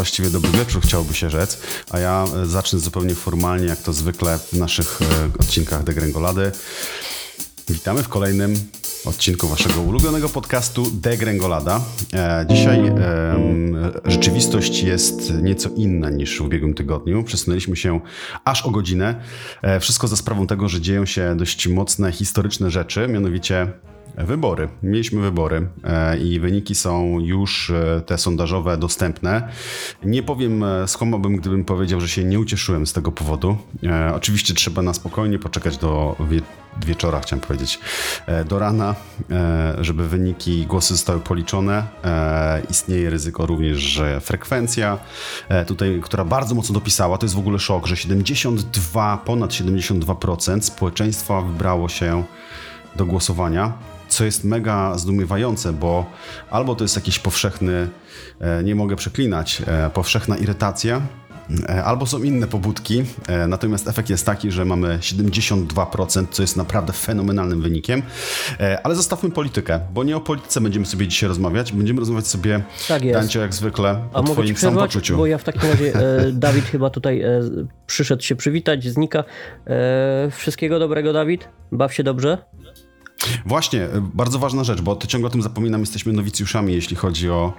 właściwie dobry wieczór, chciałoby się rzec, a ja zacznę zupełnie formalnie, jak to zwykle w naszych odcinkach Degrengolady. Witamy w kolejnym odcinku waszego ulubionego podcastu Degrengolada. Dzisiaj rzeczywistość jest nieco inna niż w ubiegłym tygodniu. Przesunęliśmy się aż o godzinę. Wszystko za sprawą tego, że dzieją się dość mocne historyczne rzeczy, mianowicie wybory. Mieliśmy wybory i wyniki są już te sondażowe dostępne. Nie powiem, skłamałbym, gdybym powiedział, że się nie ucieszyłem z tego powodu. Oczywiście trzeba na spokojnie poczekać do wieczora, chciałem powiedzieć, do rana, żeby wyniki, głosy zostały policzone. Istnieje ryzyko również, że frekwencja tutaj, która bardzo mocno dopisała, to jest w ogóle szok, że ponad 72% społeczeństwa wybrało się do głosowania, co jest mega zdumiewające, bo albo to jest jakiś powszechny, nie mogę przeklinać, powszechna irytacja, albo są inne pobudki, natomiast efekt jest taki, że mamy 72%, co jest naprawdę fenomenalnym wynikiem, ale zostawmy politykę, bo nie o polityce będziemy sobie dzisiaj rozmawiać, będziemy rozmawiać sobie, tak jest. Dancio, jak zwykle, o mogę twoim samopoczuciu. Bo ja w takim razie, Dawid chyba tutaj przyszedł się przywitać, znika. Wszystkiego dobrego, Dawid, baw się dobrze. Właśnie, bardzo ważna rzecz, bo ty ciągle o tym zapominam, jesteśmy nowicjuszami, jeśli chodzi o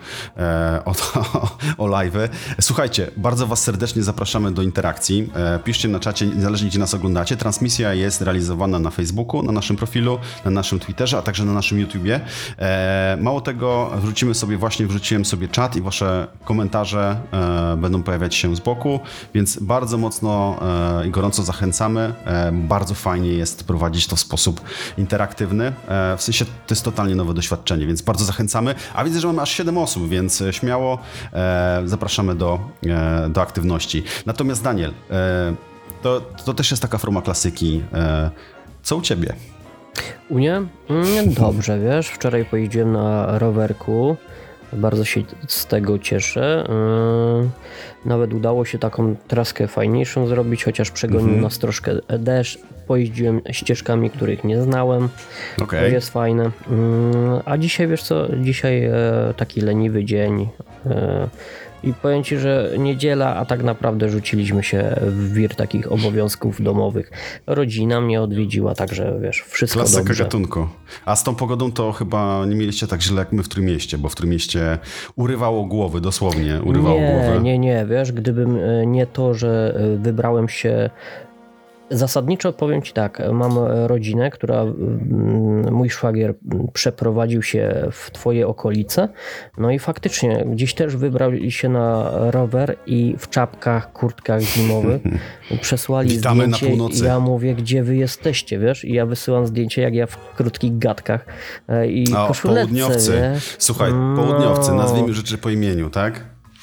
live'y. Słuchajcie, bardzo was serdecznie zapraszamy do interakcji. Piszcie na czacie, niezależnie gdzie nas oglądacie. Transmisja jest realizowana na Facebooku, na naszym profilu, na naszym Twitterze, a także na naszym YouTubie. Mało tego, wrzuciłem sobie czat i wasze komentarze będą pojawiać się z boku, więc bardzo mocno i gorąco zachęcamy. Bardzo fajnie jest prowadzić to w sposób interaktywny. W sensie to jest totalnie nowe doświadczenie, więc bardzo zachęcamy. A widzę, że mamy aż 7 osób, więc śmiało zapraszamy do aktywności. Natomiast Daniel, to też jest taka forma klasyki. Co u ciebie? U mnie? Dobrze, wiesz, wczoraj pojeździłem na rowerku. Bardzo się z tego cieszę. Nawet udało się taką traskę fajniejszą zrobić, chociaż przegonił nas troszkę deszcz. Pojeździłem ścieżkami, których nie znałem. Okay. To jest fajne. A dzisiaj, wiesz co, taki leniwy dzień. I powiem ci, że niedziela, a tak naprawdę rzuciliśmy się w wir takich obowiązków domowych. Rodzina mnie odwiedziła, także wiesz, wszystko Klasyka dobrze. Gatunku. A z tą pogodą to chyba nie mieliście tak źle jak my w Trójmieście, bo w Trójmieście urywało głowy, dosłownie urywało głowy. Nie, wiesz, gdybym nie to, że wybrałem się. Zasadniczo powiem ci tak, mam rodzinę, mój szwagier przeprowadził się w twoje okolice, no i faktycznie gdzieś też wybrali się na rower i w czapkach, kurtkach zimowych przesłali Witamy zdjęcie. Na północy. Ja mówię, gdzie wy jesteście, wiesz, i ja wysyłam zdjęcie, jak ja w krótkich gadkach i koszuleczce, południowcy. wiesz? Słuchaj, południowcy, nazwijmy rzeczy po imieniu, tak?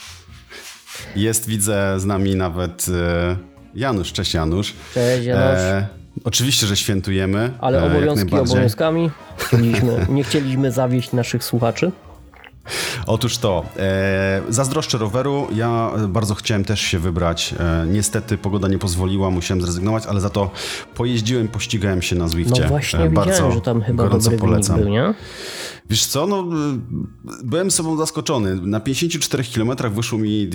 Widzę z nami nawet Janusz. Cześć Janusz. Cześć Janusz. Oczywiście, że świętujemy. Ale obowiązki obowiązkami. Nie chcieliśmy zawieść naszych słuchaczy. Otóż to, zazdroszczę roweru, ja bardzo chciałem też się wybrać, niestety pogoda nie pozwoliła, musiałem zrezygnować, ale za to pościgałem się na Zwifcie. No właśnie widziałem, że tam chyba dobry polecam. Wynik był, nie? Wiesz co, byłem sobą zaskoczony, na 54 km wyszło mi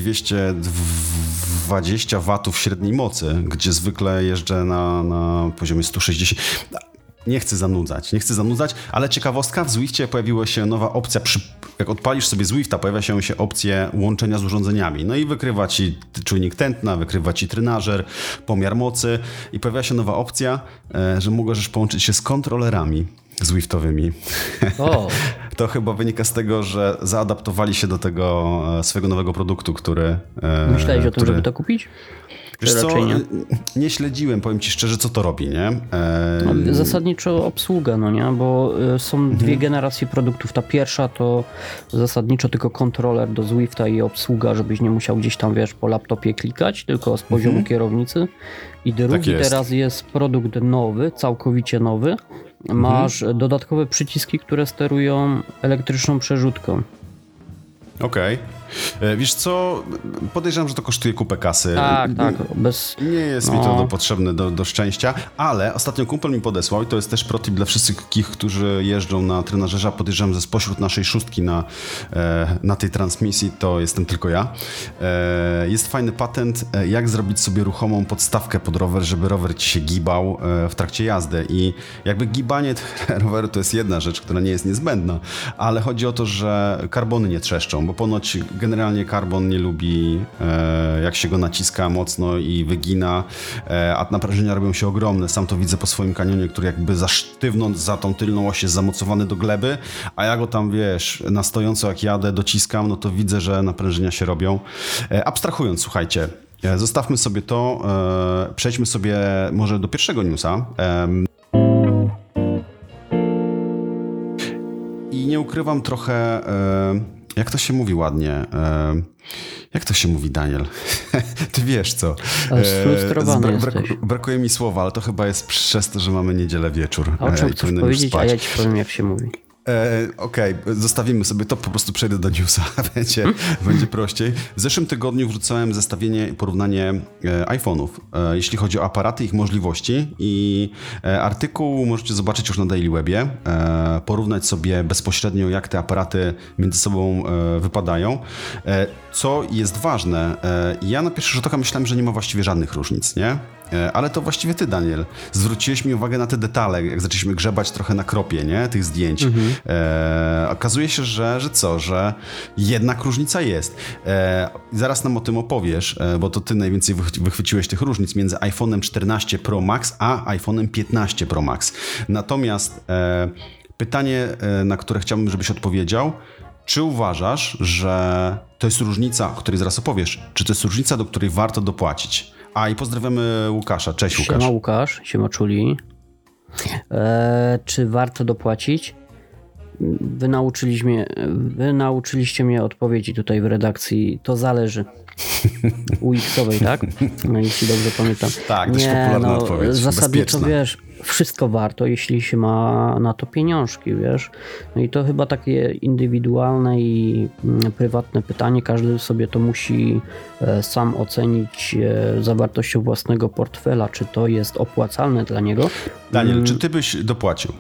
220 watów średniej mocy, gdzie zwykle jeżdżę na poziomie 160. Nie chcę zanudzać, ale ciekawostka, w Zwifcie pojawiła się nowa opcja, jak odpalisz sobie Zwifta, pojawia się opcja łączenia z urządzeniami. No i wykrywa ci czujnik tętna, wykrywa ci trenażer, pomiar mocy i pojawia się nowa opcja, że możesz połączyć się z kontrolerami Zwiftowymi. To chyba wynika z tego, że zaadaptowali się do tego swojego nowego produktu, który... Myślałeś o tym, żeby to kupić? Wiesz co, nie śledziłem, powiem ci szczerze, co to robi, nie? Zasadniczo obsługa, no nie? Bo są dwie generacje produktów. Ta pierwsza to zasadniczo tylko kontroler do Zwifta i obsługa, żebyś nie musiał gdzieś tam, wiesz, po laptopie klikać, tylko z poziomu kierownicy. I drugi teraz jest produkt nowy, całkowicie nowy. Masz dodatkowe przyciski, które sterują elektryczną przerzutką. Okej. Wiesz co, podejrzewam, że to kosztuje kupę kasy. Tak. Nie jest mi to potrzebne do szczęścia, ale ostatnio kumpel mi podesłał i to jest też protip dla wszystkich, którzy jeżdżą na trenażerza. Podejrzewam, że spośród naszej szóstki na tej transmisji to jestem tylko ja. Jest fajny patent, jak zrobić sobie ruchomą podstawkę pod rower, żeby rower ci się gibał w trakcie jazdy. I jakby gibanie roweru to jest jedna rzecz, która nie jest niezbędna, ale chodzi o to, że karbony nie trzeszczą, bo ponoć generalnie karbon nie lubi, jak się go naciska mocno i wygina, a naprężenia robią się ogromne. Sam to widzę po swoim kanionie, który jakby za sztywno za tą tylną oś jest zamocowany do gleby, a ja go tam, wiesz, na stojąco jak jadę, dociskam, no to widzę, że naprężenia się robią. Abstrahując, słuchajcie, zostawmy sobie to, przejdźmy sobie może do pierwszego newsa. I nie ukrywam trochę, jak to się mówi ładnie, jak to się mówi, Daniel? Ty wiesz co. Sfrustrowany jesteś. Brakuje mi słowa, ale to chyba jest przez to, że mamy niedzielę wieczór. A o czym chcesz powiedzieć, a ja ci powiem, jak się mówi. Okej, zostawimy sobie to, po prostu przejdę do newsa, będzie prościej. W zeszłym tygodniu wrzucałem zestawienie i porównanie iPhone'ów, jeśli chodzi o aparaty, ich możliwości i artykuł możecie zobaczyć już na Daily Webie, porównać sobie bezpośrednio, jak te aparaty między sobą wypadają. Co jest ważne, ja na pierwszy rzut oka myślałem, że nie ma właściwie żadnych różnic, nie? Ale to właściwie ty, Daniel, zwróciłeś mi uwagę na te detale, jak zaczęliśmy grzebać trochę na kropie, nie? Tych zdjęć. Okazuje się, że jednak różnica jest. Zaraz nam o tym opowiesz, bo to ty najwięcej wychwyciłeś tych różnic między iPhone'em 14 Pro Max a iPhone'em 15 Pro Max. Natomiast pytanie, na które chciałbym, żebyś odpowiedział, czy uważasz, że to jest różnica, o której zaraz opowiesz, czy to jest różnica, do której warto dopłacić? I pozdrawiamy Łukasza. Cześć, Łukasz. Siema Łukasz, siema Czuli. Czy warto dopłacić? Wy nauczyliście mnie odpowiedzi tutaj w redakcji. To zależy. UX-owej, tak? No, jeśli dobrze pamiętam. Tak, dość popularna odpowiedź. Zasadniczo, bezpieczna. wiesz, wszystko warto, jeśli się ma na to pieniążki, wiesz. No i to chyba takie indywidualne i prywatne pytanie. Każdy sobie to musi sam ocenić zawartością własnego portfela, czy to jest opłacalne dla niego. Daniel, czy ty byś dopłacił?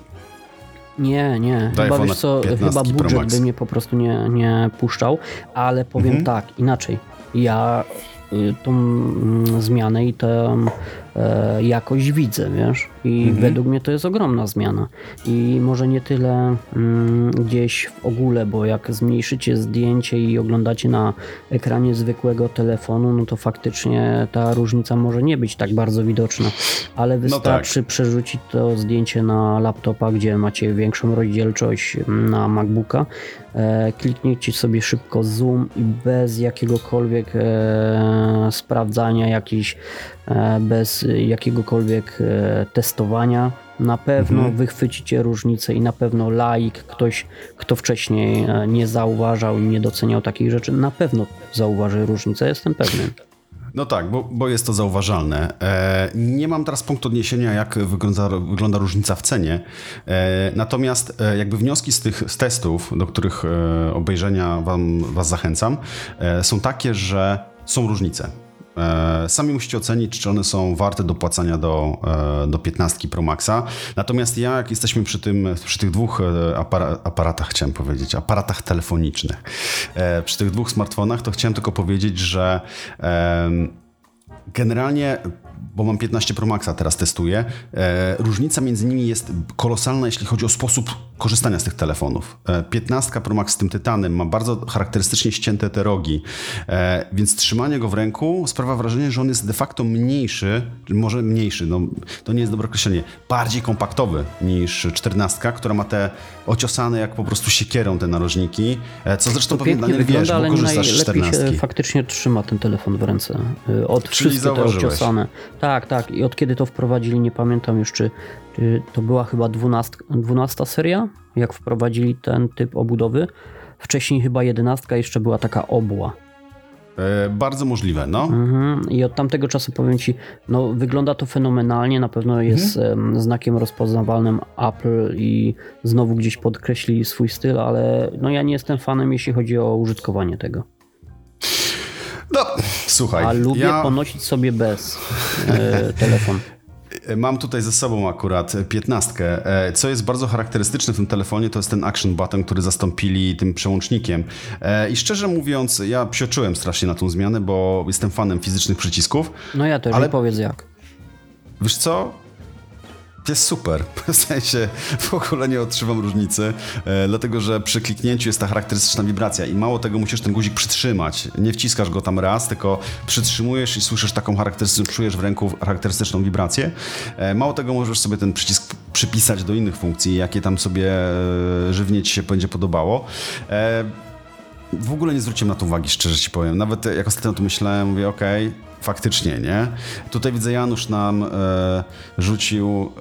Nie. Chyba, wiesz co, chyba budżet by mnie po prostu nie puszczał, ale powiem tak, inaczej. Ja tą zmianę i tę jakość widzę, wiesz, i według mnie to jest ogromna zmiana i może nie tyle gdzieś w ogóle, bo jak zmniejszycie zdjęcie i oglądacie na ekranie zwykłego telefonu, no to faktycznie ta różnica może nie być tak bardzo widoczna, ale wystarczy przerzucić to zdjęcie na laptopa, gdzie macie większą rozdzielczość na MacBooka, kliknijcie sobie szybko zoom i bez jakiegokolwiek sprawdzania jakichś, bez jakiegokolwiek testowania, na pewno wychwycicie różnicę i na pewno laik, ktoś, kto wcześniej nie zauważał i nie doceniał takich rzeczy, na pewno zauważy różnicę, jestem pewny. No tak, bo jest to zauważalne. Nie mam teraz punktu odniesienia, jak wygląda różnica w cenie. Natomiast jakby wnioski z testów, do których obejrzenia was zachęcam, są takie, że są różnice. Sami musicie ocenić, czy one są warte dopłacania do 15 Pro Maxa. Natomiast jak jesteśmy przy tych dwóch aparatach, chciałem powiedzieć, aparatach telefonicznych, przy tych dwóch smartfonach, to chciałem tylko powiedzieć, że generalnie, bo mam 15 Pro Maxa, teraz testuję, różnica między nimi jest kolosalna, jeśli chodzi o sposób korzystania z tych telefonów. 15 Pro Max z tym tytanem ma bardzo charakterystycznie ścięte te rogi, więc trzymanie go w ręku sprawia wrażenie, że on jest de facto mniejszy, może mniejszy, no to nie jest dobre określenie, bardziej kompaktowy niż 14, która ma te ociosane jak po prostu siekierą te narożniki, co zresztą to pewnie Daniel wiesz, bo korzystasz z 14. się faktycznie trzyma ten telefon w ręce. Od wszystkie te ociosane. Tak. I od kiedy to wprowadzili, nie pamiętam już, czy to była chyba 12 seria, jak wprowadzili ten typ obudowy. Wcześniej chyba 11 jeszcze była taka obła. Bardzo możliwe, no. I od tamtego czasu powiem ci, no wygląda to fenomenalnie, na pewno jest znakiem rozpoznawalnym Apple i znowu gdzieś podkreślili swój styl, ale no ja nie jestem fanem, jeśli chodzi o użytkowanie tego. No, słuchaj. A lubię ponosić sobie bez telefon. Mam tutaj ze sobą akurat 15. Co jest bardzo charakterystyczne w tym telefonie, to jest ten action button, który zastąpili tym przełącznikiem. I szczerze mówiąc, ja psioczyłem strasznie na tą zmianę, bo jestem fanem fizycznych przycisków. No ja też, ale powiedz jak. Wiesz co? Jest super. W sensie w ogóle nie odczuwam różnicy, dlatego że przy kliknięciu jest ta charakterystyczna wibracja i mało tego musisz ten guzik przytrzymać. Nie wciskasz go tam raz, tylko przytrzymujesz i słyszysz taką charakterystyczną, czujesz w ręku charakterystyczną wibrację. Mało tego możesz sobie ten przycisk przypisać do innych funkcji, jakie tam sobie żywnie ci się będzie podobało. W ogóle nie zwróciłem na to uwagi, szczerze ci powiem. Nawet jak ostatnio to myślałem, mówię okej, faktycznie, nie? Tutaj widzę, Janusz nam rzucił...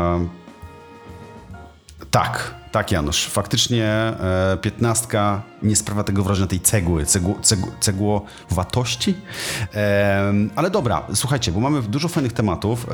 Tak, Janusz. Faktycznie 15 nie sprawia tego wrażenia tej cegłowatości. Ale dobra, słuchajcie, bo mamy dużo fajnych tematów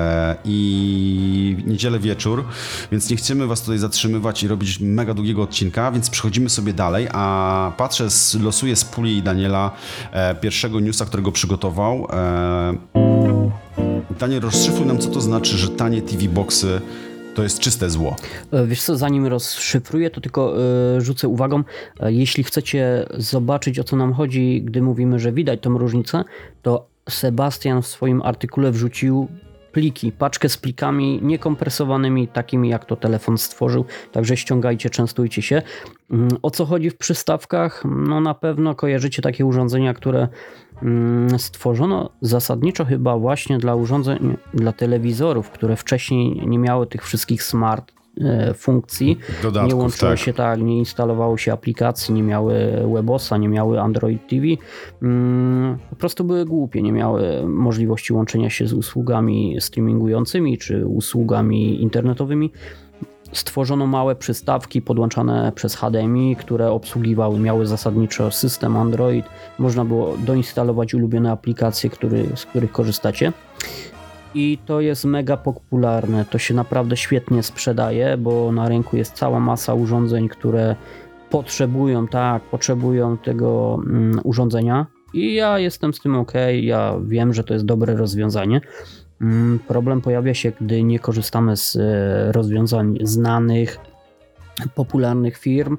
i niedzielę wieczór, więc nie chcemy was tutaj zatrzymywać i robić mega długiego odcinka, więc przechodzimy sobie dalej, a patrzę, losuję z puli Daniela pierwszego newsa, którego przygotował. Daniel, rozszyfruj nam, co to znaczy, że tanie TV boxy to jest czyste zło. Wiesz co, zanim rozszyfruję, to tylko rzucę uwagą, jeśli chcecie zobaczyć, o co nam chodzi, gdy mówimy, że widać tą różnicę, to Sebastian w swoim artykule wrzucił paczkę z plikami niekompresowanymi, takimi jak to telefon stworzył, także ściągajcie, częstujcie się. O co chodzi w przystawkach? No na pewno kojarzycie takie urządzenia, które stworzono zasadniczo chyba właśnie dla urządzeń, dla telewizorów, które wcześniej nie miały tych wszystkich smart funkcji, dodatków, nie łączyło tak. się nie instalowało się aplikacji, nie miały WebOSa, nie miały Android TV, po prostu były głupie, nie miały możliwości łączenia się z usługami streamingującymi czy usługami internetowymi. Stworzono małe przystawki podłączane przez HDMI, które miały zasadniczo system Android. Można było doinstalować ulubione aplikacje, z których korzystacie. I to jest mega popularne. To się naprawdę świetnie sprzedaje, bo na rynku jest cała masa urządzeń, które potrzebują tego urządzenia. I ja jestem z tym okej. Ja wiem, że to jest dobre rozwiązanie. Problem pojawia się, gdy nie korzystamy z rozwiązań znanych, popularnych firm,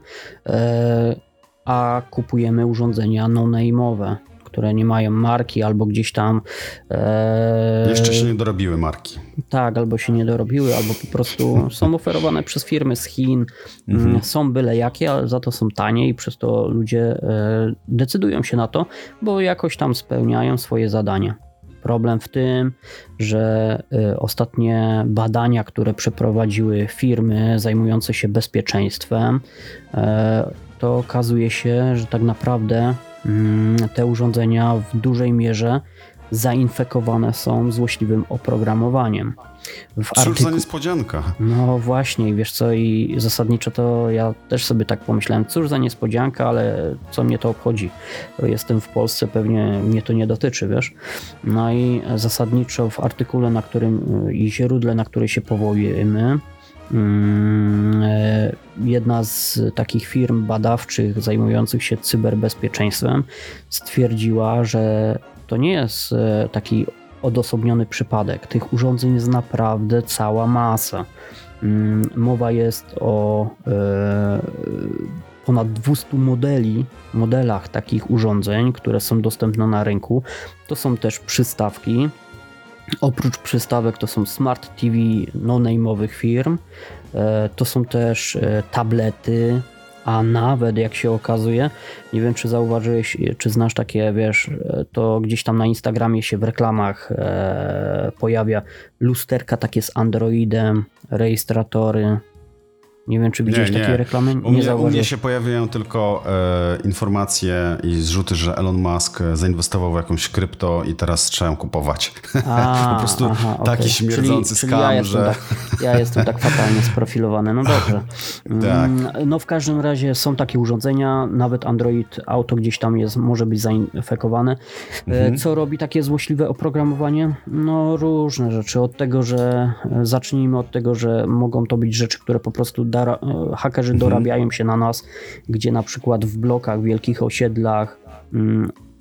a kupujemy urządzenia no-name'owe, które nie mają marki albo gdzieś tam... Jeszcze się nie dorobiły marki. Tak, albo się nie dorobiły, albo po prostu są oferowane przez firmy z Chin. Są byle jakie, ale za to są tanie i przez to ludzie decydują się na to, bo jakoś tam spełniają swoje zadania. Problem w tym, że ostatnie badania, które przeprowadziły firmy zajmujące się bezpieczeństwem, to okazuje się, że tak naprawdę te urządzenia w dużej mierze zainfekowane są złośliwym oprogramowaniem. Cóż za niespodzianka. No właśnie, i wiesz co, i zasadniczo to ja też sobie tak pomyślałem, cóż za niespodzianka, ale co mnie to obchodzi? Jestem w Polsce, pewnie mnie to nie dotyczy, wiesz? No i zasadniczo w artykule, i źródle, na które się powołujemy, jedna z takich firm badawczych zajmujących się cyberbezpieczeństwem stwierdziła, że to nie jest taki odosobniony przypadek. Tych urządzeń jest naprawdę cała masa. Mowa jest o ponad 200 modelach takich urządzeń, które są dostępne na rynku. To są też przystawki. Oprócz przystawek to są smart TV no-name'owych firm. To są też tablety, a nawet jak się okazuje, nie wiem czy zauważyłeś, czy znasz takie, wiesz, to gdzieś tam na Instagramie się w reklamach pojawia lusterka takie z Androidem, rejestratory. Nie wiem, czy widziałeś takie reklamy? U mnie się pojawiają tylko informacje i zrzuty, że Elon Musk zainwestował w jakąś krypto i teraz trzeba ją kupować. Po prostu taki śmierdzący skam, że... Ja jestem tak fatalnie sprofilowany. No dobrze. Tak. No w każdym razie są takie urządzenia, nawet Android Auto gdzieś tam może być zainfekowane. Co robi takie złośliwe oprogramowanie? No różne rzeczy. Zacznijmy od tego, że mogą to być rzeczy, które po prostu hakerzy dorabiają się na nas, gdzie na przykład w blokach, wielkich osiedlach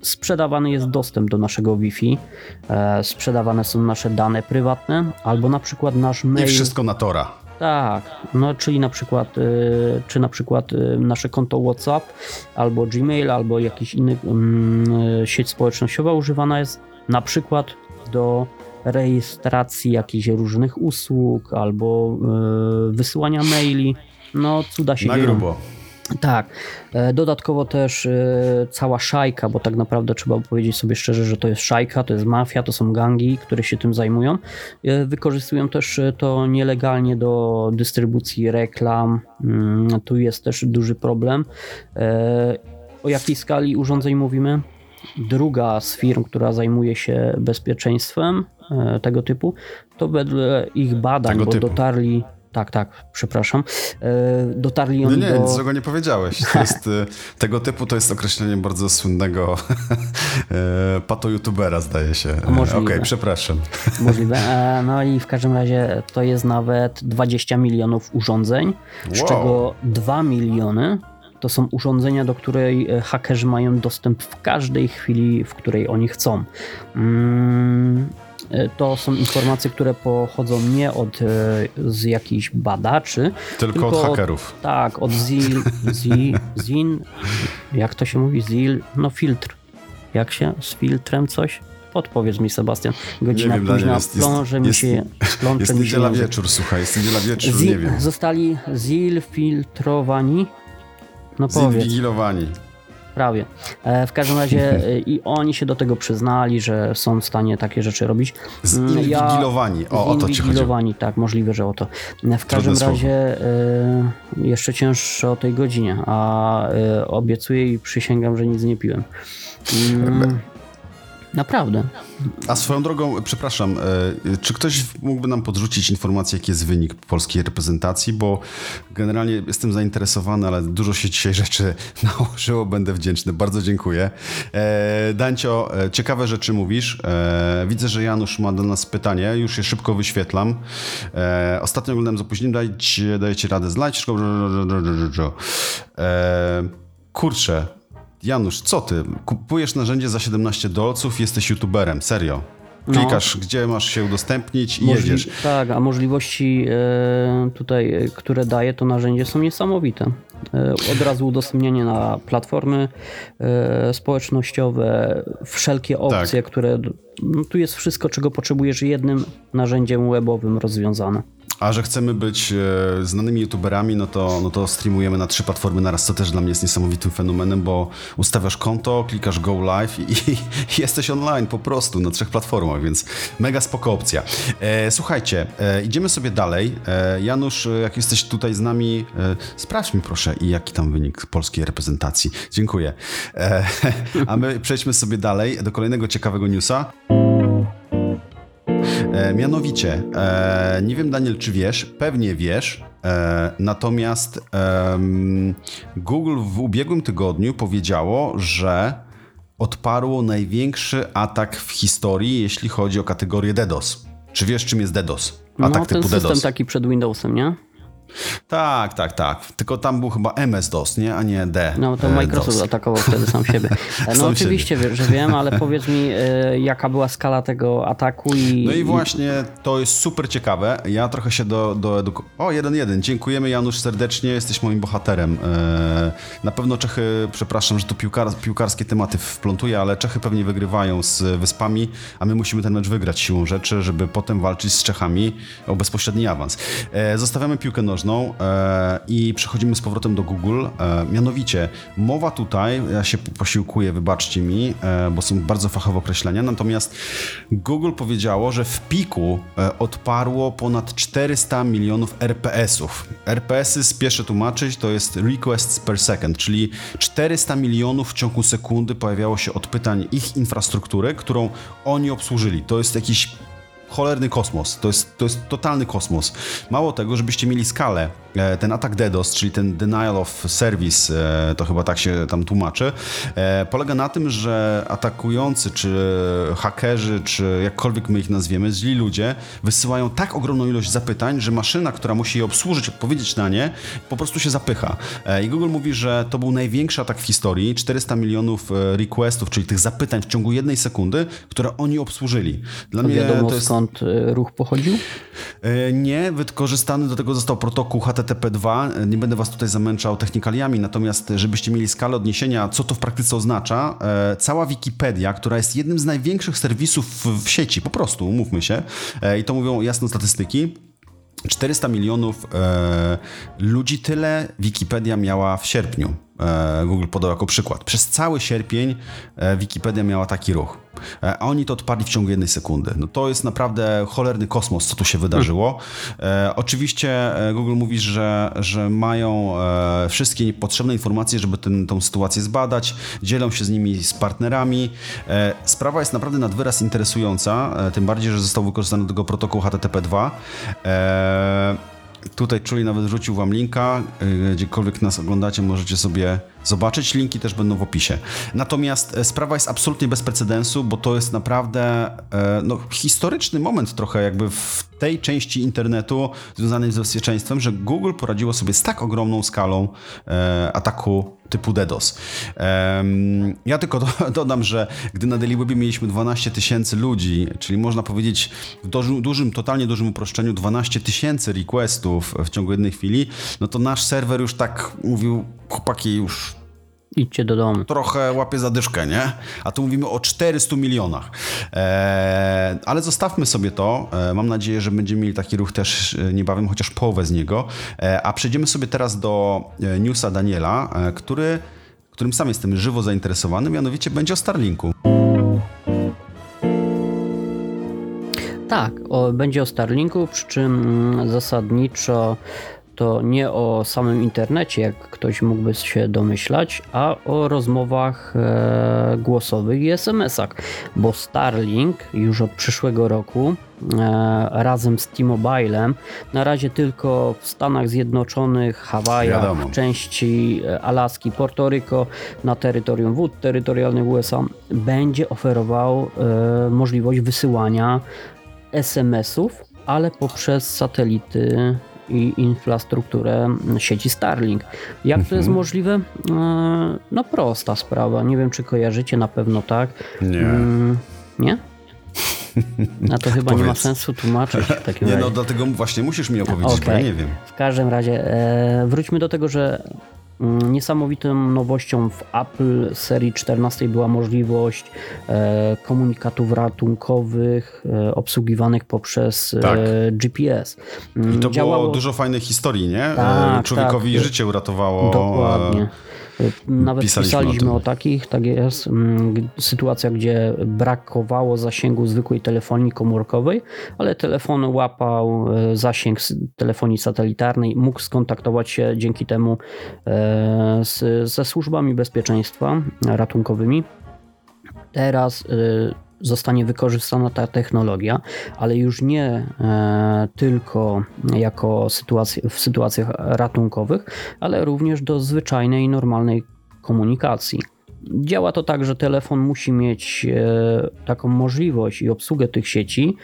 sprzedawany jest dostęp do naszego Wi-Fi, sprzedawane są nasze dane prywatne, albo na przykład nasz mail. I wszystko na Tora. Tak, no czyli na przykład, nasze konto WhatsApp, albo Gmail, albo jakiś inny sieć społecznościowa używana jest na przykład do rejestracji jakichś różnych usług, albo wysyłania maili. No cuda się Na dzieją. grubo. Tak, dodatkowo też cała szajka, bo tak naprawdę trzeba powiedzieć sobie szczerze, że to jest szajka, to jest mafia, to są gangi, które się tym zajmują. Wykorzystują też to nielegalnie do dystrybucji reklam. Tu jest też duży problem. O jakiej skali urządzeń mówimy? Druga z firm, która zajmuje się bezpieczeństwem tego typu, to wedle ich badań, Tego bo typu. dotarli... Tak, przepraszam. Dotarli oni Nie, do... nic złego nie powiedziałeś. To jest, tego typu to jest określenie bardzo słynnego pato-youtubera, zdaje się. Okej, przepraszam. Możliwe. No i w każdym razie to jest nawet 20 milionów urządzeń, z Wow. czego 2 miliony to są urządzenia, do której hakerzy mają dostęp w każdej chwili, w której oni chcą. To są informacje, które pochodzą nie z jakichś badaczy, Tylko od hakerów. Tak, od ZIN, jak to się mówi? No filtr. Jak się? Z filtrem coś? Podpowiedz mi, Sebastian. Godzina późna, pląże mi się Jest niedziela wieczór, słuchaj, jest niedziela wieczór, nie wiem. Zostali zilfiltrowani. No powiedz. Zinwigilowani. Prawie. W każdym razie i oni się do tego przyznali, że są w stanie takie rzeczy robić. Zinwigilowani, o to ci chodzi. Tak, możliwe, że o to. W każdym razie jeszcze cięższe o tej godzinie, a obiecuję i przysięgam, że nic nie piłem. Naprawdę. A swoją drogą, przepraszam, czy ktoś mógłby nam podrzucić informację, jaki jest wynik polskiej reprezentacji, bo generalnie jestem zainteresowany, ale dużo się dzisiaj rzeczy nałożyło, będę wdzięczny, bardzo dziękuję. Dancio, ciekawe rzeczy mówisz. Widzę, że Janusz ma do nas pytanie, już je szybko wyświetlam. Ostatnio oglądałem z opóźnieniem, dajecie radę znaleźć. Kurczę. Janusz, co ty? Kupujesz narzędzie za $17, jesteś youtuberem, serio. Klikasz, gdzie masz się udostępnić i jedziesz. Tak, a możliwości tutaj, które daje to narzędzie, są niesamowite. Od razu udostępnianie na platformy społecznościowe, wszelkie opcje, które... No, tu jest wszystko, czego potrzebujesz jednym narzędziem webowym rozwiązane. A że chcemy być znanymi youtuberami, no to streamujemy na 3 platformy naraz, co też dla mnie jest niesamowitym fenomenem, bo ustawiasz konto, klikasz go live i jesteś online po prostu na 3 platformach, więc mega spoko opcja. Słuchajcie, idziemy sobie dalej. Janusz, jak jesteś tutaj z nami, sprawdź mi proszę, jaki tam wynik polskiej reprezentacji. Dziękuję. A my przejdźmy sobie dalej do kolejnego ciekawego newsa. Mianowicie, nie wiem, Daniel, czy wiesz, pewnie wiesz, natomiast Google w ubiegłym tygodniu powiedziało, że odparło największy atak w historii, jeśli chodzi o kategorię DDoS. Czy wiesz, czym jest DDoS? Atak typu ten DDoS. system taki przed Windowsem, nie? Tak. Tylko tam był chyba MS-DOS, nie? A nie D. No to Microsoft DOS. atakował wtedy sam siebie. No oczywiście, że wiem, ale powiedz mi, jaka była skala tego ataku i... No i właśnie to jest super ciekawe. Ja trochę się O, 1-1. Dziękujemy, Janusz, serdecznie. Jesteś moim bohaterem. Na pewno Czechy, przepraszam, że tu piłkarskie tematy wplątuję, ale Czechy pewnie wygrywają z Wyspami, a my musimy ten mecz wygrać siłą rzeczy, żeby potem walczyć z Czechami o bezpośredni awans. Zostawiamy piłkę nożną i przechodzimy z powrotem do Google. Mianowicie, mowa tutaj, ja się posiłkuję, wybaczcie mi, bo są bardzo fachowe określenia, natomiast Google powiedziało, że w piku odparło ponad 400 milionów RPS-ów. RPS-y, spieszę tłumaczyć, to jest requests per second, czyli 400 milionów w ciągu sekundy pojawiało się odpytań ich infrastruktury, którą oni obsłużyli. To jest jakiś cholerny kosmos. To jest totalny kosmos. Mało tego, żebyście mieli skalę. ten atak DDoS, czyli ten denial of service, to chyba tak się tam tłumaczy, polega na tym, że atakujący, czy hakerzy, czy jakkolwiek my ich nazwiemy, źli ludzie wysyłają tak ogromną ilość zapytań, że maszyna, która musi je obsłużyć, odpowiedzieć na nie, po prostu się zapycha. I Google mówi, że to był największy atak w historii, 400 milionów requestów, czyli tych zapytań w ciągu 1 sekundy, które oni obsłużyli. Dla mnie wiadomo to jest... skąd ruch pochodził? Nie, wykorzystany do tego został protokół HTTP2. Nie będę was tutaj zamęczał technikaliami, natomiast żebyście mieli skalę odniesienia, co to w praktyce oznacza, cała Wikipedia, która jest jednym z największych serwisów w sieci, po prostu, umówmy się, i to mówią jasno statystyki, 400 milionów ludzi, tyle Wikipedia miała w sierpniu. Google podał jako przykład. Przez cały sierpień Wikipedia miała taki ruch. A oni to odparli w ciągu 1 sekundy. No to jest naprawdę cholerny kosmos, co tu się wydarzyło. Oczywiście Google mówi, że mają wszystkie potrzebne informacje, żeby tą sytuację zbadać. Dzielą się z nimi z partnerami. Sprawa jest naprawdę nad wyraz interesująca, tym bardziej, że został wykorzystany do tego protokół HTTP2. Tutaj Czuli nawet wrzucił wam linka, gdziekolwiek nas oglądacie, możecie sobie zobaczyć. Linki też będą w opisie. Natomiast sprawa jest absolutnie bez precedensu, bo to jest naprawdę historyczny moment trochę jakby w tej części internetu związanej z bezpieczeństwem, że Google poradziło sobie z tak ogromną skalą ataku typu DDoS. Ja tylko dodam, że gdy na Daily Webie mieliśmy 12 000 ludzi, czyli można powiedzieć w totalnie dużym uproszczeniu 12 000 requestów w ciągu jednej chwili, no to nasz serwer już tak mówił, chłopaki, już idźcie do domu. Trochę łapie zadyszkę, nie? A tu mówimy o 400 milionach. Ale zostawmy sobie to. Mam nadzieję, że będziemy mieli taki ruch też niebawem, chociaż połowę z niego. A przejdziemy sobie teraz do newsa Daniela, którym sam jestem żywo zainteresowany, mianowicie będzie o Starlinku. Tak, będzie o Starlinku, przy czym zasadniczo to nie o samym internecie, jak ktoś mógłby się domyślać, a o rozmowach głosowych i SMS-ach, bo Starlink już od przyszłego roku razem z T-Mobilem, na razie tylko w Stanach Zjednoczonych, Hawajach, w części Alaski, Porto-Ryko, na terytorium wód terytorialnych USA, będzie oferował możliwość wysyłania SMS-ów, ale poprzez satelity i infrastrukturę sieci Starlink. Jak to jest możliwe? No prosta sprawa. Nie wiem, czy kojarzycie, na pewno tak. Nie. Nie? A to chyba nie ma sensu tłumaczyć w takim razie. No dlatego właśnie musisz mi opowiedzieć, bo ja nie wiem. W każdym razie wróćmy do tego, że niesamowitą nowością w Apple serii 14 była możliwość komunikatów ratunkowych obsługiwanych poprzez GPS. I to było dużo fajnych historii, nie? Tak, Człowiekowi życie uratowało. Dokładnie. Nawet pisaliśmy o takich, tak jest. Sytuacja, gdzie brakowało zasięgu zwykłej telefonii komórkowej, ale telefon łapał zasięg telefonii satelitarnej, mógł skontaktować się dzięki temu ze służbami bezpieczeństwa ratunkowymi. Teraz zostanie wykorzystana ta technologia, ale już nie tylko jako w sytuacjach ratunkowych, ale również do zwyczajnej, normalnej komunikacji. Działa to tak, że telefon musi mieć taką możliwość i obsługę tych sieci.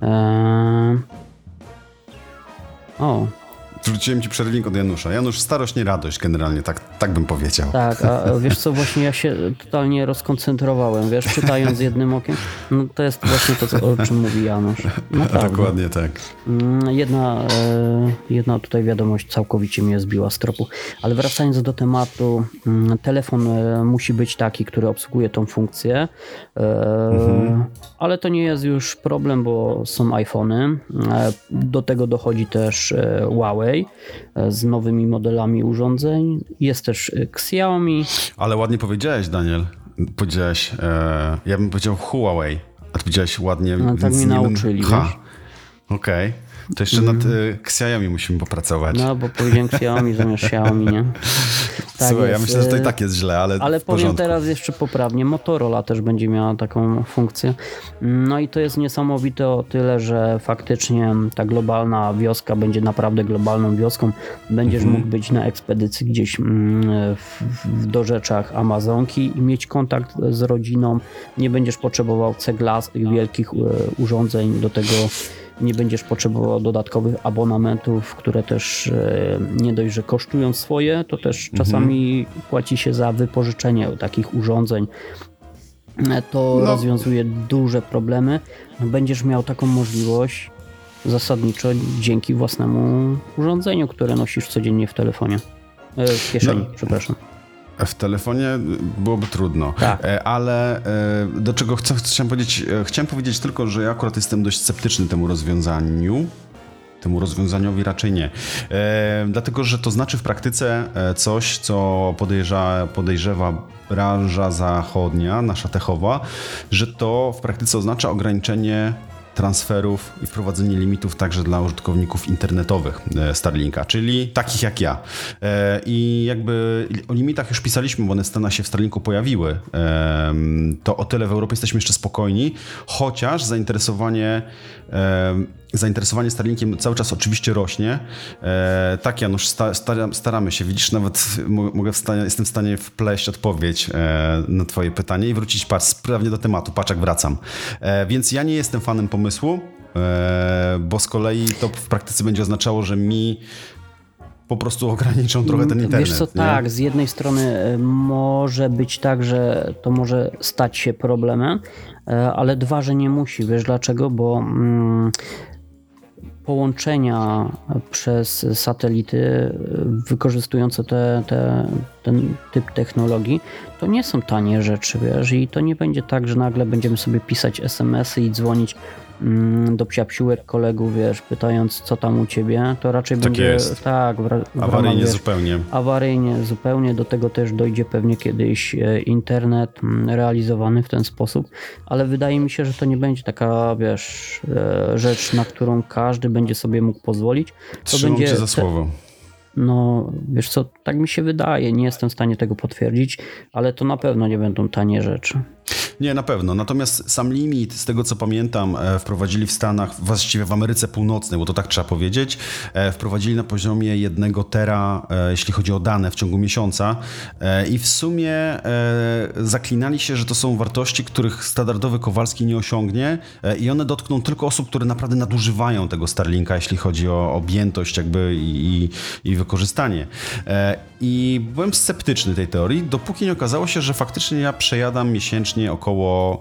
Wrzuciłem ci przerwnik od Janusza. Janusz, starość nie radość generalnie, tak bym powiedział. Tak, a wiesz co, właśnie ja się totalnie rozkoncentrowałem, wiesz, czytając jednym okiem. No to jest właśnie to, o czym mówi Janusz. Dokładnie tak. Jedna tutaj wiadomość całkowicie mnie zbiła z tropu. Ale wracając do tematu, telefon musi być taki, który obsługuje tą funkcję, ale to nie jest już problem, bo są iPhony. Do tego dochodzi też Huawei z nowymi modelami urządzeń. Jest też Xiaomi. Ale ładnie powiedziałeś, Daniel. Powiedziałeś, ja bym powiedział Huawei, a ty powiedziałeś ładnie. No, tak mnie nauczyli, wiesz? Okej. To jeszcze nad Xiaomi musimy popracować. No, bo powiedziałem Xiaomi zamiast Xiaomi, nie? Tak Słuchaj, jest. ja myślę, że to i tak jest źle, ale w powiem porządku. teraz jeszcze poprawnie, Motorola też będzie miała taką funkcję. No i to jest niesamowite o tyle, że faktycznie ta globalna wioska będzie naprawdę globalną wioską. Będziesz mógł być na ekspedycji gdzieś w dorzeczach Amazonki i mieć kontakt z rodziną. Nie będziesz potrzebował ceglastych, wielkich urządzeń, do tego nie będziesz potrzebował dodatkowych abonamentów, które też nie dość, że kosztują swoje, to też czasami płaci się za wypożyczenie takich urządzeń. To rozwiązuje duże problemy. Będziesz miał taką możliwość zasadniczo dzięki własnemu urządzeniu, które nosisz codziennie w telefonie. W kieszeni, przepraszam. W telefonie byłoby trudno, Tak. Ale do czego chciałem powiedzieć? Chciałem powiedzieć tylko, że ja akurat jestem dość sceptyczny temu rozwiązaniowi raczej nie. Dlatego, że to znaczy w praktyce coś, co podejrzewa branża zachodnia, nasza techowa, że to w praktyce oznacza ograniczenie transferów i wprowadzenie limitów także dla użytkowników internetowych Starlinka, czyli takich jak ja. I jakby o limitach już pisaliśmy, bo one w Stanach się w Starlinku pojawiły. To o tyle w Europie jesteśmy jeszcze spokojni, chociaż zainteresowanie Starlinkiem cały czas oczywiście rośnie. Tak, Janusz, staramy się. Widzisz, nawet jestem w stanie wpleść odpowiedź na twoje pytanie i wrócić sprawnie do tematu. Patrz, jak wracam. Więc ja nie jestem fanem pomysłu, bo z kolei to w praktyce będzie oznaczało, że mi po prostu ograniczą trochę ten internet. Wiesz co, tak, z jednej strony może być tak, że to może stać się problemem, ale dwa, że nie musi. Wiesz dlaczego? Bo połączenia przez satelity wykorzystujące ten typ technologii, to nie są tanie rzeczy, wiesz, i to nie będzie tak, że nagle będziemy sobie pisać SMS-y i dzwonić do psiapsiłek kolegów, wiesz, pytając, co tam u ciebie, to raczej tak będzie jest. Tak, awaryjnie zupełnie. Awaryjnie zupełnie, do tego też dojdzie pewnie kiedyś internet realizowany w ten sposób, ale wydaje mi się, że to nie będzie taka, wiesz, rzecz, na którą każdy będzie sobie mógł pozwolić. To Trzymam będzie cię za słowo. No, wiesz co, tak mi się wydaje, nie jestem w stanie tego potwierdzić, ale to na pewno nie będą tanie rzeczy. Nie, na pewno. Natomiast sam limit, z tego co pamiętam, wprowadzili w Stanach, właściwie w Ameryce Północnej, bo to tak trzeba powiedzieć, wprowadzili na poziomie 1 tera, jeśli chodzi o dane w ciągu miesiąca i w sumie zaklinali się, że to są wartości, których standardowy Kowalski nie osiągnie i one dotkną tylko osób, które naprawdę nadużywają tego Starlinka, jeśli chodzi o objętość jakby i wykorzystanie. I byłem sceptyczny tej teorii, dopóki nie okazało się, że faktycznie ja przejadam miesięcznie około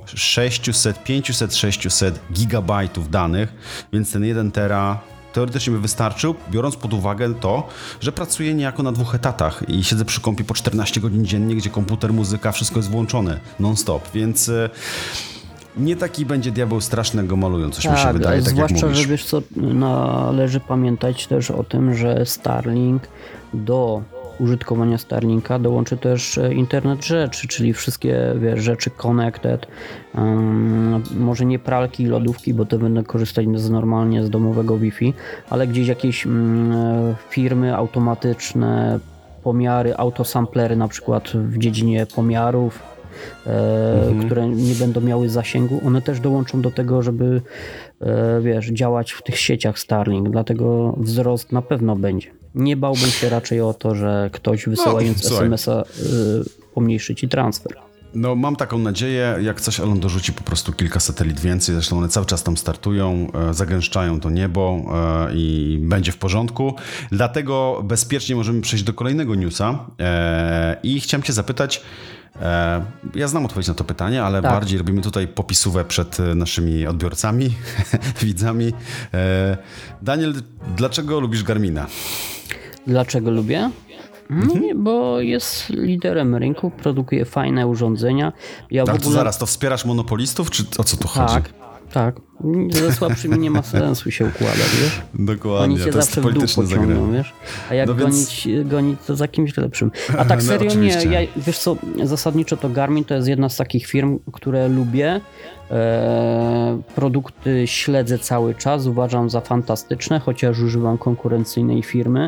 500-600 gigabajtów danych, więc ten 1 tera teoretycznie by wystarczył, biorąc pod uwagę to, że pracuję niejako na 2 etatach i siedzę przy kompie po 14 godzin dziennie, gdzie komputer, muzyka, wszystko jest włączone non-stop, więc nie taki będzie diabeł strasznego malują, coś mi się wydaje, tak zwłaszcza, jak mówisz. że wiesz co, należy pamiętać też o tym, że Starlink do użytkowania Starlinka dołączy też internet rzeczy, czyli wszystkie, wiesz, rzeczy connected, może nie pralki i lodówki, bo te będą korzystać normalnie z domowego Wi-Fi, ale gdzieś jakieś firmy automatyczne, pomiary, autosamplery na przykład w dziedzinie pomiarów, które nie będą miały zasięgu, one też dołączą do tego, żeby wiesz, działać w tych sieciach Starlink, dlatego wzrost na pewno będzie. Nie bałbym się raczej o to, że ktoś wysyłając SMS-a pomniejszy ci transfer. No mam taką nadzieję, jak coś Elon dorzuci po prostu kilka satelit więcej, zresztą one cały czas tam startują, zagęszczają to niebo i będzie w porządku. Dlatego bezpiecznie możemy przejść do kolejnego newsa i chciałem cię zapytać, ja znam odpowiedź na to pytanie, ale tak, bardziej robimy tutaj popisówę przed naszymi odbiorcami, widzami. Daniel, dlaczego lubisz Garmina? Dlaczego lubię? Nie, bo jest liderem rynku, produkuje fajne urządzenia. Ja w ogóle... to zaraz, to wspierasz monopolistów, czy o co tu chodzi? Tak. Ze słabszymi nie ma sensu się układać, wiesz? Dokładnie, Oni cię to jest zawsze w dół polityczne pociągną, zagranie. wiesz? A jak gonić, to za kimś lepszym. A tak serio oczywiście. wiesz co, zasadniczo to Garmin to jest jedna z takich firm, które lubię. produkty śledzę cały czas, uważam za fantastyczne, chociaż używam konkurencyjnej firmy.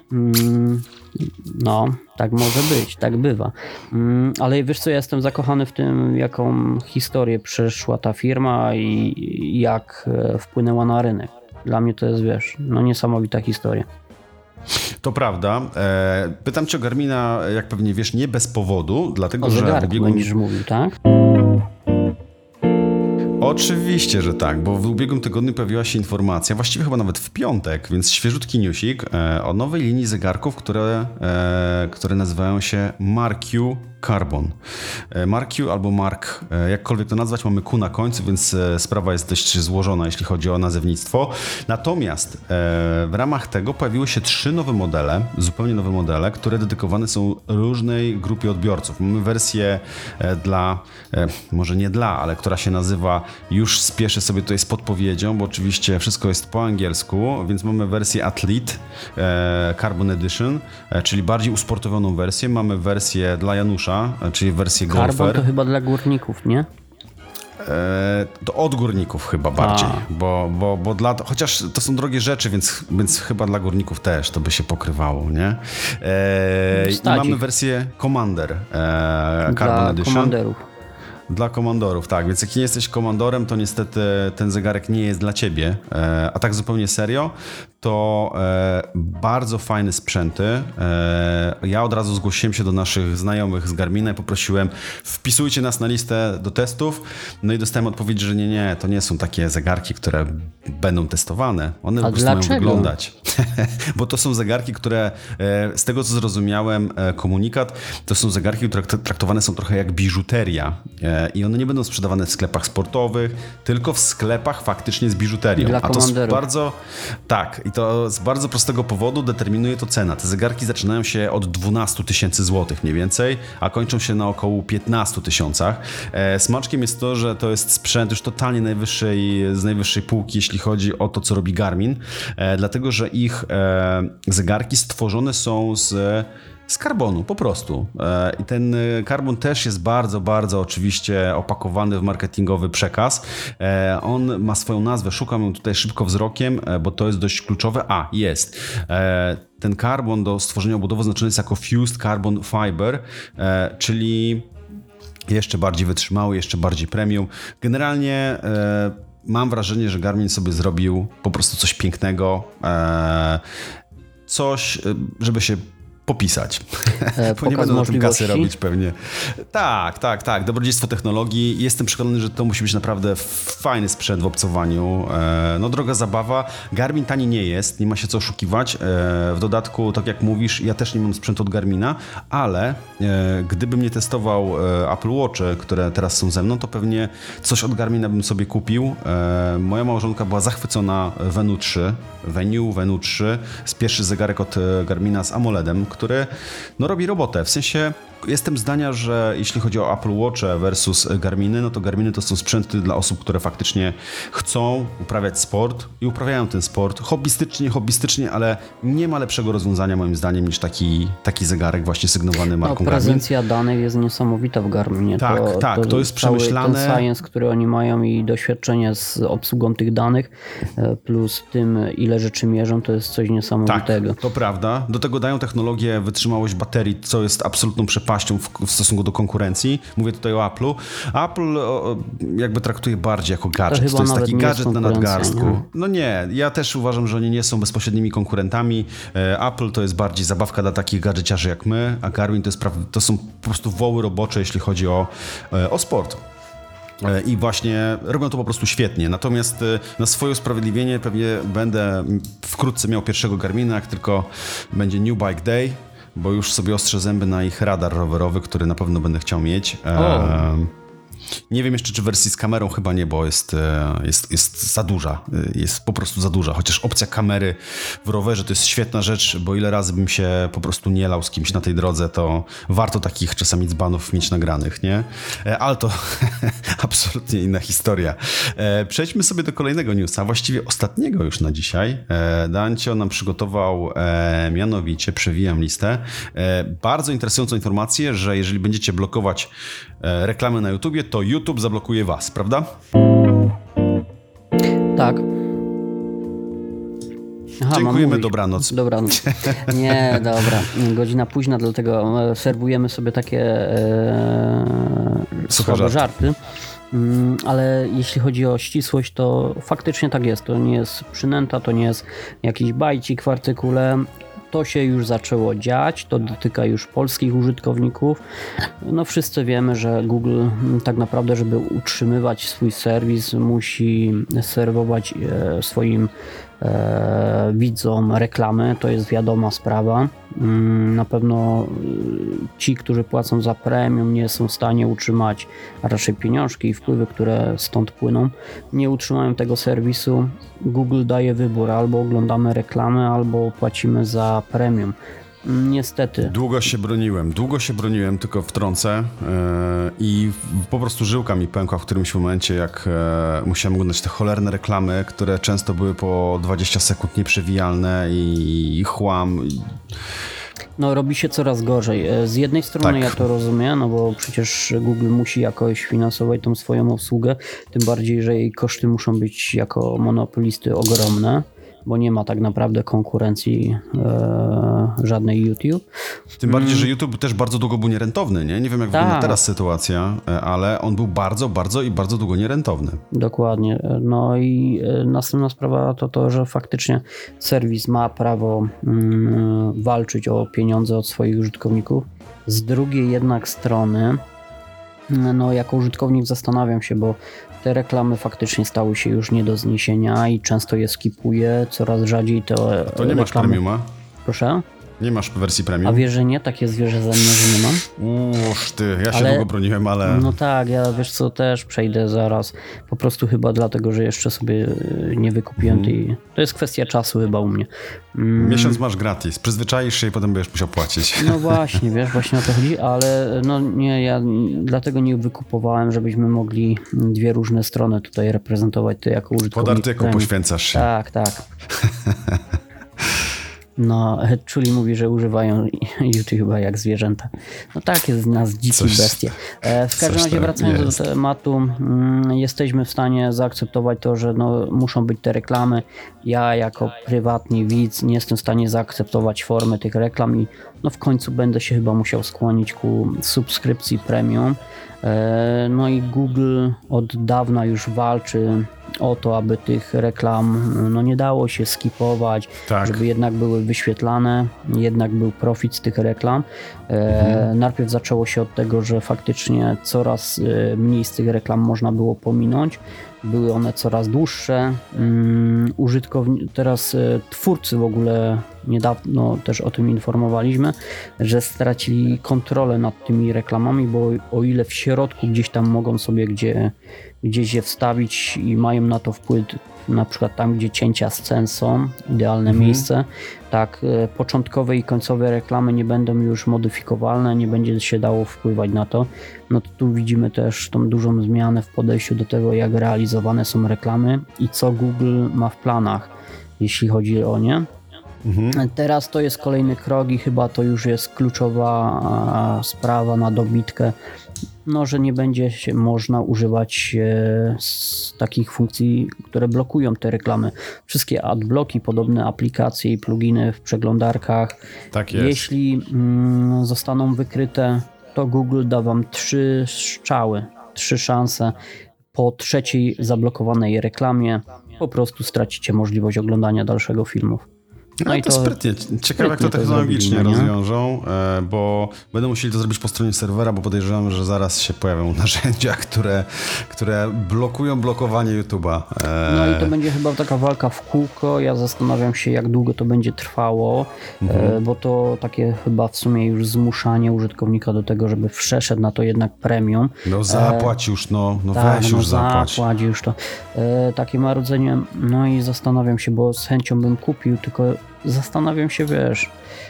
No, tak może być, tak bywa. Ale wiesz co, ja jestem zakochany w tym, jaką historię przeszła ta firma i jak wpłynęła na rynek. Dla mnie to jest, wiesz, no niesamowita historia. To prawda. Pytam cię o Garmina, jak pewnie wiesz, nie bez powodu, dlatego O że zegarku w ubiegłym... będziesz mówił, tak? Oczywiście, że tak, bo w ubiegłym tygodniu pojawiła się informacja, właściwie chyba nawet w piątek, więc świeżutki newsik o nowej linii zegarków, które nazywają się Marq Carbon. Marq albo Mark, jakkolwiek to nazwać, mamy Q na końcu, więc sprawa jest dość złożona, jeśli chodzi o nazewnictwo. Natomiast w ramach tego pojawiły się 3 nowe modele, zupełnie nowe modele, które dedykowane są różnej grupie odbiorców. Mamy wersję może nie ale która się nazywa, już spieszę sobie tutaj z podpowiedzią, bo oczywiście wszystko jest po angielsku, więc mamy wersję Athlete Carbon Edition, czyli bardziej usportowioną wersję. Mamy wersję dla Janusza, czyli wersję Golfer. Carbon to chyba dla górników, nie? To od górników chyba bardziej, bo chociaż to są drogie rzeczy, więc chyba dla górników też to by się pokrywało, nie? I mamy wersję Commander Carbon Edition. Komanderów. Dla komandorów, tak. Więc jak nie jesteś komandorem, to niestety ten zegarek nie jest dla ciebie. A tak zupełnie serio, to bardzo fajne sprzęty. Ja od razu zgłosiłem się do naszych znajomych z Garmina i poprosiłem, wpisujcie nas na listę do testów. No i dostałem odpowiedź, że nie, to nie są takie zegarki, które będą testowane. One po prostu mają wyglądać. Bo to są zegarki, które, z tego co zrozumiałem, komunikat, to są zegarki, które traktowane są trochę jak biżuteria. I one nie będą sprzedawane w sklepach sportowych, tylko w sklepach faktycznie z biżuterią. Dla to komanderów. bardzo... Tak, i to z bardzo prostego powodu determinuje to cena. Te zegarki zaczynają się od 12 000 złotych mniej więcej, a kończą się na około 15 000. Smaczkiem jest to, że to jest sprzęt już totalnie z najwyższej półki, jeśli chodzi o to, co robi Garmin, dlatego że ich zegarki stworzone są z karbonu, po prostu. I ten karbon też jest bardzo, bardzo oczywiście opakowany w marketingowy przekaz. On ma swoją nazwę, szukam ją tutaj szybko wzrokiem, bo to jest dość kluczowe. Jest. Ten karbon do stworzenia obudowy oznaczony jest jako Fused Carbon Fiber, czyli jeszcze bardziej wytrzymały, jeszcze bardziej premium. Generalnie mam wrażenie, że Garmin sobie zrobił po prostu coś pięknego, coś, żeby się popisać, bo nie będą na tym kasy robić pewnie. Tak. Dobrodziejstwo technologii. Jestem przekonany, że to musi być naprawdę fajny sprzęt w obcowaniu. No droga zabawa. Garmin tani nie jest, nie ma się co oszukiwać. W dodatku, tak jak mówisz, ja też nie mam sprzętu od Garmina, ale gdybym nie testował Apple Watche, które teraz są ze mną, to pewnie coś od Garmina bym sobie kupił. Moja małżonka była zachwycona Venu 3, z pierwszy zegarek od Garmina z AMOLEDem, który robi robotę. W sensie jestem zdania, że jeśli chodzi o Apple Watche versus Garminy, no to Garminy to są sprzęty dla osób, które faktycznie chcą uprawiać sport i uprawiają ten sport hobbystycznie, ale nie ma lepszego rozwiązania moim zdaniem niż taki zegarek właśnie sygnowany marką Garmin. Prezencja danych jest niesamowita w Garminie. To jest przemyślane. Ten science, który oni mają i doświadczenie z obsługą tych danych, plus tym, ile rzeczy mierzą, to jest coś niesamowitego. Tak, to prawda. Do tego dają technologię wytrzymałość baterii, co jest absolutną przepaścią w stosunku do konkurencji. Mówię tutaj o Apple'u. Apple jakby traktuje bardziej jako gadżet. To jest taki gadżet na nadgarstku. No nie, ja też uważam, że oni nie są bezpośrednimi konkurentami. Apple to jest bardziej zabawka dla takich gadżeciarzy jak my, a Garmin to są po prostu woły robocze, jeśli chodzi o sport. I właśnie robią to po prostu świetnie. Natomiast na swoje usprawiedliwienie pewnie będę wkrótce miał pierwszego Garmina, jak tylko będzie New Bike Day, bo już sobie ostrzę zęby na ich radar rowerowy, który na pewno będę chciał mieć. Nie wiem jeszcze, czy wersji z kamerą chyba nie, bo jest za duża. Jest po prostu za duża. Chociaż opcja kamery w rowerze to jest świetna rzecz, bo ile razy bym się po prostu nie lał z kimś na tej drodze, to warto takich czasami dzbanów mieć nagranych, nie? Ale to absolutnie inna historia. Przejdźmy sobie do kolejnego newsa, właściwie ostatniego już na dzisiaj. Dancio nam przygotował mianowicie, przewijam listę, bardzo interesującą informację, że jeżeli będziecie blokować reklamy na YouTubie, to YouTube zablokuje was, prawda? Dziękujemy, mówić. dobranoc. Dobranoc. Nie, dobra. Godzina późna, dlatego serwujemy sobie takie słabe żarty. Ale jeśli chodzi o ścisłość, to faktycznie tak jest. To nie jest przynęta, to nie jest jakiś bajcik w artykule. To się już zaczęło dziać, to dotyka już polskich użytkowników. No wszyscy wiemy, że Google tak naprawdę, żeby utrzymywać swój serwis, musi serwować swoim widzom reklamy, to jest wiadoma sprawa. Na pewno ci, którzy płacą za premium, nie są w stanie utrzymać, a raczej pieniążki i wpływy, które stąd płyną, nie utrzymają tego serwisu. Google daje wybór, albo oglądamy reklamy, albo płacimy za premium. Niestety. Długo się broniłem, tylko wtrącę i po prostu żyłka mi pękła w którymś momencie, jak musiałem oglądać te cholerne reklamy, które często były po 20 sekund nieprzewijalne i chłam. No robi się coraz gorzej. Z jednej strony Tak. ja to rozumiem, no bo przecież Google musi jakoś finansować tą swoją usługę, tym bardziej, że jej koszty muszą być jako monopolisty ogromne, bo nie ma tak naprawdę konkurencji żadnej YouTube. Tym bardziej, że YouTube też bardzo długo był nierentowny, nie? Nie wiem, jak wygląda teraz sytuacja, ale on był bardzo, bardzo długo nierentowny. Dokładnie. No i następna sprawa to to, że faktycznie serwis ma prawo walczyć o pieniądze od swoich użytkowników. Z drugiej jednak strony, no jako użytkownik zastanawiam się, bo te reklamy faktycznie stały się już nie do zniesienia i często je skipuję, coraz rzadziej te To nie masz premiuma? Proszę? Nie masz wersji A premium? wiesz, że nie? Takie zwierzę ze mnie, że nie mam? Uż ty, ja się długo broniłem, ale... No tak, ja wiesz co, też przejdę zaraz. Po prostu chyba dlatego, że jeszcze sobie nie wykupiłem tej... To jest kwestia czasu chyba u mnie. Miesiąc masz gratis, przyzwyczaisz się i potem będziesz musiał płacić. No właśnie, wiesz, właśnie o to chodzi, ale no nie, ja dlatego nie wykupowałem, żebyśmy mogli dwie różne strony tutaj reprezentować, ty jako użytkownik. Pod artykuł poświęcasz się. Tak, tak. No, Czuli mówi, że używają YouTube'a jak zwierzęta. No tak, jest z nas dzikie bestie. W każdym razie wracając do tematu, jesteśmy w stanie zaakceptować to, że no, muszą być te reklamy. Ja jako prywatny widz nie jestem w stanie zaakceptować formy tych reklam i no w końcu będę się chyba musiał skłonić ku subskrypcji premium. No i Google od dawna już walczy o to, aby tych reklam no nie dało się skipować, tak, żeby jednak były wyświetlane, jednak był profit z tych reklam. Najpierw zaczęło się od tego, że faktycznie coraz mniej z tych reklam można było pominąć. Były one coraz dłuższe. Teraz twórcy w ogóle niedawno też o tym informowaliśmy, że stracili kontrolę nad tymi reklamami, bo o ile w środku gdzieś tam mogą sobie gdzieś je wstawić i mają na to wpływ, na przykład tam, gdzie cięcia scen są, idealne miejsce, tak początkowe i końcowe reklamy nie będą już modyfikowalne, nie będzie się dało wpływać na to. No to tu widzimy też tą dużą zmianę w podejściu do tego, jak realizowane są reklamy i co Google ma w planach, jeśli chodzi o nie. Teraz to jest kolejny krok i chyba to już jest kluczowa sprawa na dobitkę, no, że nie będzie się można używać z takich funkcji, które blokują te reklamy. Wszystkie adblocki, podobne aplikacje i pluginy w przeglądarkach. Tak jest. Jeśli zostaną wykryte, to Google da wam 3 szanse. Po trzeciej zablokowanej reklamie po prostu stracicie możliwość oglądania dalszego filmów. No i to sprytnie. Ciekawe, jak to technologicznie rozwiążą, bo będą musieli to zrobić po stronie serwera, bo podejrzewam, że zaraz się pojawią narzędzia, które blokują blokowanie YouTube'a. No i to będzie chyba taka walka w kółko. Ja zastanawiam się, jak długo to będzie trwało, bo to takie chyba w sumie już zmuszanie użytkownika do tego, żeby przeszedł na to jednak premium. No zapłać już, tak, weź już zapłać. Zapłać już to. Takie marudzenie, no i zastanawiam się, bo z chęcią bym kupił, tylko zastanawiam się, wiesz,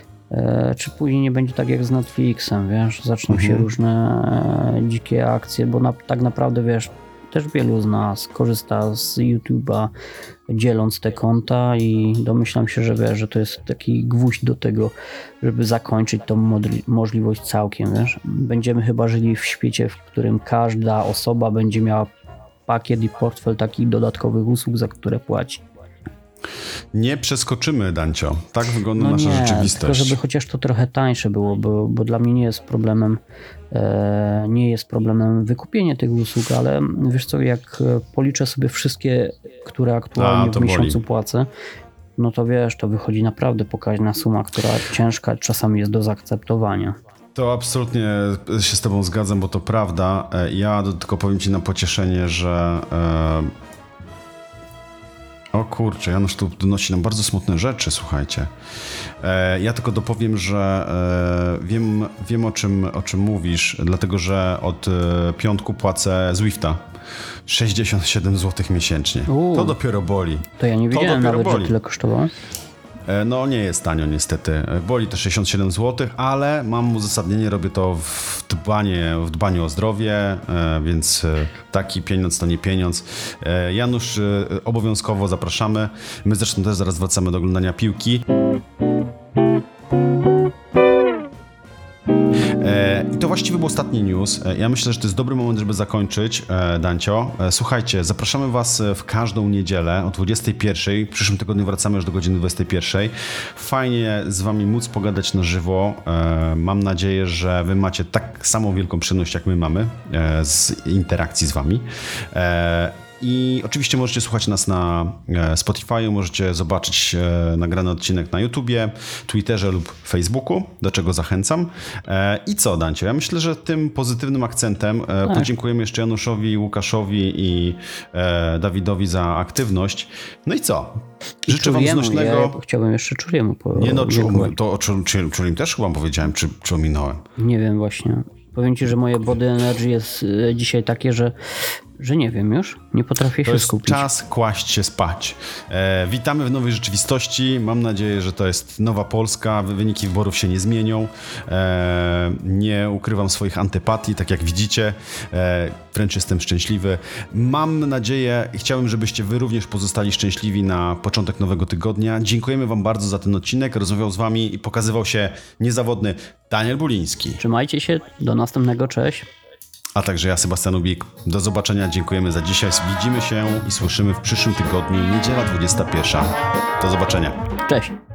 czy później nie będzie tak jak z Netflixem, wiesz, zaczną się różne dzikie akcje, bo tak naprawdę, wiesz, też wielu z nas korzysta z YouTube'a, dzieląc te konta i domyślam się, że wiesz, że to jest taki gwóźdź do tego, żeby zakończyć tą możliwość całkiem, wiesz. Będziemy chyba żyli w świecie, w którym każda osoba będzie miała pakiet i portfel takich dodatkowych usług, za które płaci. nie przeskoczymy, Dancio. Tak wygląda No nasza nie, rzeczywistość. tylko żeby chociaż to trochę tańsze było, bo dla mnie nie jest problemem wykupienie tych usług, ale wiesz co, jak policzę sobie wszystkie, które aktualnie to w miesiącu boli. płacę, no to wiesz, to wychodzi naprawdę pokaźna suma, która ciężka czasami jest do zaakceptowania. To absolutnie się z tobą zgadzam, bo to prawda. Ja tylko powiem ci na pocieszenie, że... O kurczę, Janusz tu donosi nam bardzo smutne rzeczy, słuchajcie. Ja tylko dopowiem, że wiem o czym mówisz, dlatego że od piątku płacę Zwifta. 67 zł miesięcznie. To dopiero boli. To ja nie wiedziałem dopiero nawet, boli. że tyle kosztowało. No nie jest tanio niestety. Boli te 67 zł, ale mam uzasadnienie, robię to w dbaniu o zdrowie, więc taki pieniądz to nie pieniądz. Janusz, obowiązkowo zapraszamy. My zresztą też zaraz wracamy do oglądania piłki. I to właściwie był ostatni news. Ja myślę, że to jest dobry moment, żeby zakończyć, Dancio. Słuchajcie, zapraszamy was w każdą niedzielę o 21:00. W przyszłym tygodniu wracamy już do godziny 21:00. Fajnie z wami móc pogadać na żywo. Mam nadzieję, że wy macie tak samą wielką przyjemność, jak my mamy z interakcji z wami. I oczywiście możecie słuchać nas na Spotify, możecie zobaczyć nagrany odcinek na YouTubie, Twitterze lub Facebooku, do czego zachęcam. I co, Dancio? Ja myślę, że tym pozytywnym akcentem podziękujemy jeszcze Januszowi, Łukaszowi i Dawidowi za aktywność. No i co? Życzę wam znośnego... Ja chciałbym jeszcze Czuriemu Nie no, to o Czurim też chyba powiedziałem, czy ominąłem? Nie wiem właśnie. Powiem ci, że moje body energy jest dzisiaj takie, że nie wiem już, nie potrafię się skupić. To jest czas kłaść się spać. Witamy w nowej rzeczywistości. Mam nadzieję, że to jest nowa Polska. Wyniki wyborów się nie zmienią. Nie ukrywam swoich antypatii, tak jak widzicie. Wręcz jestem szczęśliwy. Mam nadzieję i chciałbym, żebyście wy również pozostali szczęśliwi na początek nowego tygodnia. Dziękujemy wam bardzo za ten odcinek. Rozmawiał z wami i pokazywał się niezawodny Daniel Buliński. Trzymajcie się, do następnego, cześć. A także ja, Sebastian Ubik. Do zobaczenia, dziękujemy za dzisiaj. Widzimy się i słyszymy w przyszłym tygodniu, niedziela 21:00. Do zobaczenia. Cześć.